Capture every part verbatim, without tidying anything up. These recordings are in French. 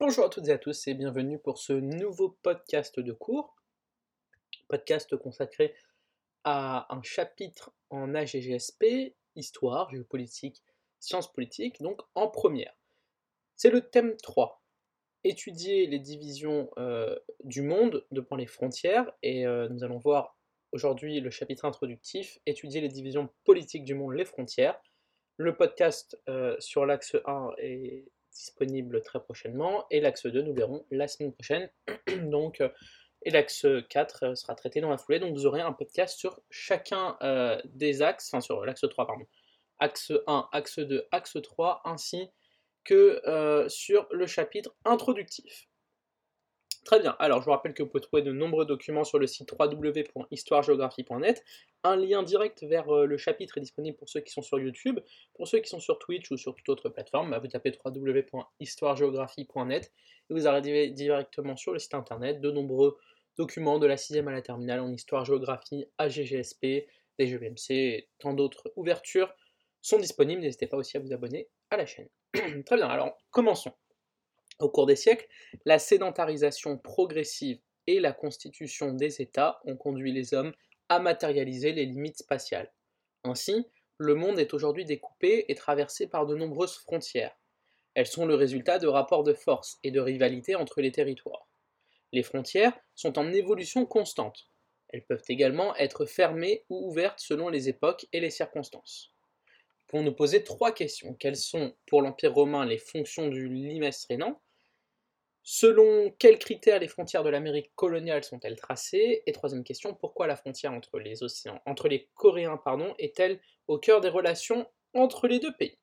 Bonjour à toutes et à tous et bienvenue pour ce nouveau podcast de cours, podcast consacré à un chapitre en A G G S P, Histoire, Géopolitique, Sciences politiques, donc en première. C'est le thème trois, étudier les divisions euh, du monde devant les frontières, et euh, nous allons voir aujourd'hui le chapitre introductif, étudier les divisions politiques du monde, les frontières. Le podcast euh, sur l'axe un est disponible très prochainement, et l'axe deux, nous verrons la semaine prochaine. donc, euh, et l'axe quatre euh, sera traité dans la foulée, donc vous aurez un podcast sur chacun euh, des axes, enfin sur l'axe trois, pardon. Axe un, axe deux, axe trois, ainsi que euh, sur le chapitre introductif. Très bien, alors je vous rappelle que vous pouvez trouver de nombreux documents sur le site w w w point histoire géographie point net. Un lien direct vers euh, le chapitre est disponible pour ceux qui sont sur YouTube. Pour ceux qui sont sur Twitch ou sur toute autre plateforme, bah, vous tapez w w w point histoire géographie point net et vous arrivez directement sur le site internet. De nombreux documents de la sixième à la terminale en histoire, géographie, A G G S P, des G V M C et tant d'autres ouvertures sont disponibles. N'hésitez pas aussi à vous abonner à la chaîne. Très bien, alors commençons. Au cours des siècles, la sédentarisation progressive et la constitution des États ont conduit les hommes à matérialiser les limites spatiales. Ainsi, le monde est aujourd'hui découpé et traversé par de nombreuses frontières. Elles sont le résultat de rapports de force et de rivalité entre les territoires. Les frontières sont en évolution constante. Elles peuvent également être fermées ou ouvertes selon les époques et les circonstances. Pour nous poser trois questions. Quelles sont, pour l'Empire romain, les fonctions du limes rhénan? Selon quels critères les frontières de l'Amérique coloniale sont-elles tracées? Et troisième question, pourquoi la frontière entre les océans, entre les Coréens, pardon, est-elle au cœur des relations entre les deux pays?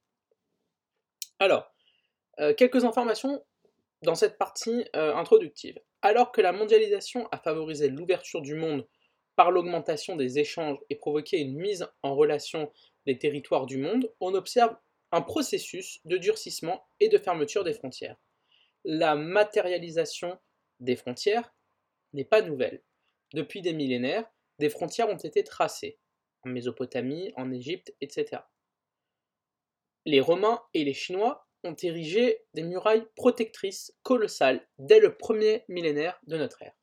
Alors, euh, quelques informations dans cette partie euh, introductive. Alors que la mondialisation a favorisé l'ouverture du monde par l'augmentation des échanges et provoqué une mise en relation des territoires du monde, on observe un processus de durcissement et de fermeture des frontières. La matérialisation des frontières n'est pas nouvelle. Depuis des millénaires, des frontières ont été tracées, en Mésopotamie, en Égypte, et cetera. Les Romains et les Chinois ont érigé des murailles protectrices colossales dès le premier millénaire de notre ère.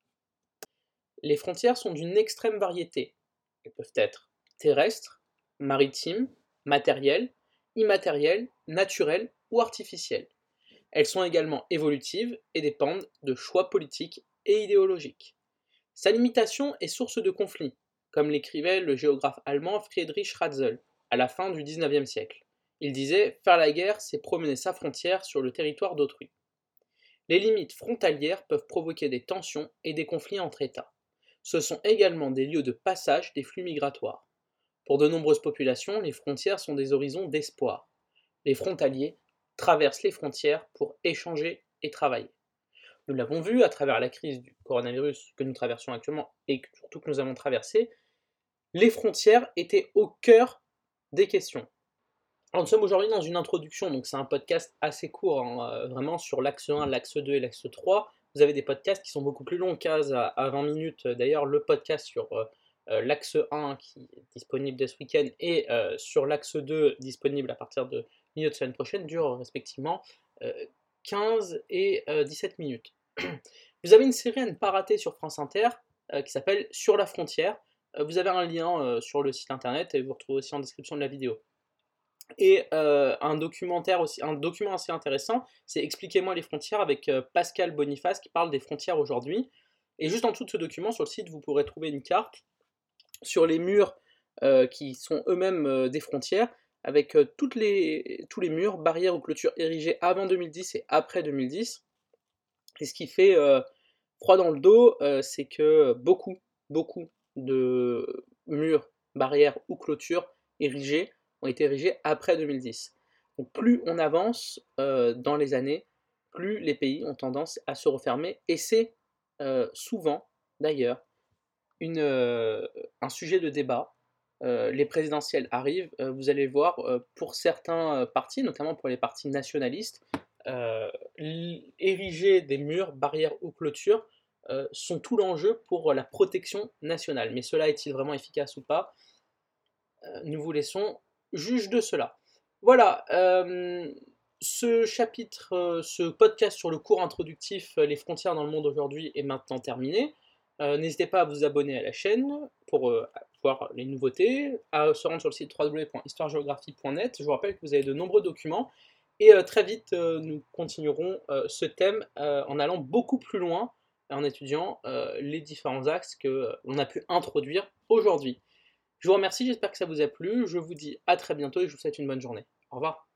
Les frontières sont d'une extrême variété. Elles peuvent être terrestres, maritimes, matérielles, immatérielles, naturelles ou artificielles. Elles sont également évolutives et dépendent de choix politiques et idéologiques. Sa limitation est source de conflits, comme l'écrivait le géographe allemand Friedrich Ratzel à la fin du dix-neuvième siècle. Il disait « Faire la guerre, c'est promener sa frontière sur le territoire d'autrui ». Les limites frontalières peuvent provoquer des tensions et des conflits entre États. Ce sont également des lieux de passage des flux migratoires. Pour de nombreuses populations, les frontières sont des horizons d'espoir. Les frontaliers traversent les frontières pour échanger et travailler. Nous l'avons vu à travers la crise du coronavirus que nous traversons actuellement et surtout que nous avons traversé, les frontières étaient au cœur des questions. Alors nous sommes aujourd'hui dans une introduction, donc c'est un podcast assez court, hein, euh, vraiment sur l'axe un, l'axe deux et l'axe trois. Vous avez des podcasts qui sont beaucoup plus longs, quinze à vingt minutes. D'ailleurs, le podcast sur euh, euh, l'axe un qui est disponible dès ce week-end et euh, sur l'axe deux disponible à partir de milieu de semaine prochaine dure respectivement euh, quinze et euh, dix-sept minutes. Vous avez une série à ne pas rater sur France Inter euh, qui s'appelle Sur la frontière. Euh, vous avez un lien euh, sur le site internet et vous retrouvez aussi en description de la vidéo. Et euh, un documentaire aussi, un document assez intéressant, c'est Expliquez-moi les frontières avec euh, Pascal Boniface qui parle des frontières aujourd'hui. Et juste en dessous de ce document, sur le site, vous pourrez trouver une carte sur les murs euh, qui sont eux-mêmes euh, des frontières, avec euh, toutes les, tous les murs, barrières ou clôtures érigées avant deux mille dix et après deux mille dix. Et ce qui fait euh, froid dans le dos, euh, c'est que beaucoup, beaucoup de murs, barrières ou clôtures érigées ont été érigés après deux mille dix. Donc plus on avance euh, dans les années, plus les pays ont tendance à se refermer, et c'est euh, souvent, d'ailleurs, une, euh, un sujet de débat. Euh, les présidentielles arrivent, euh, vous allez voir, euh, pour certains euh, partis, notamment pour les partis nationalistes, euh, ériger des murs, barrières ou clôtures euh, sont tout l'enjeu pour la protection nationale. Mais cela est-il vraiment efficace ou pas? euh, Nous vous laissons juge de cela. Voilà, euh, Ce chapitre, heu, ce podcast sur le cours introductif, heu, «Les frontières dans le monde aujourd'hui» est maintenant terminé. Heu, n'hésitez pas à vous abonner à la chaîne pour, heu, voir les nouveautés, à se rendre sur le site w w w point histoire géographie point net. Je vous rappelle que vous avez de nombreux documents et heu, très vite, heu, nous continuerons, heu, ce thème, heu, en allant beaucoup plus loin, en étudiant, heu, les différents axes que, heu, on a pu introduire aujourd'hui. Je vous remercie, j'espère que ça vous a plu, je vous dis à très bientôt et je vous souhaite une bonne journée. Au revoir.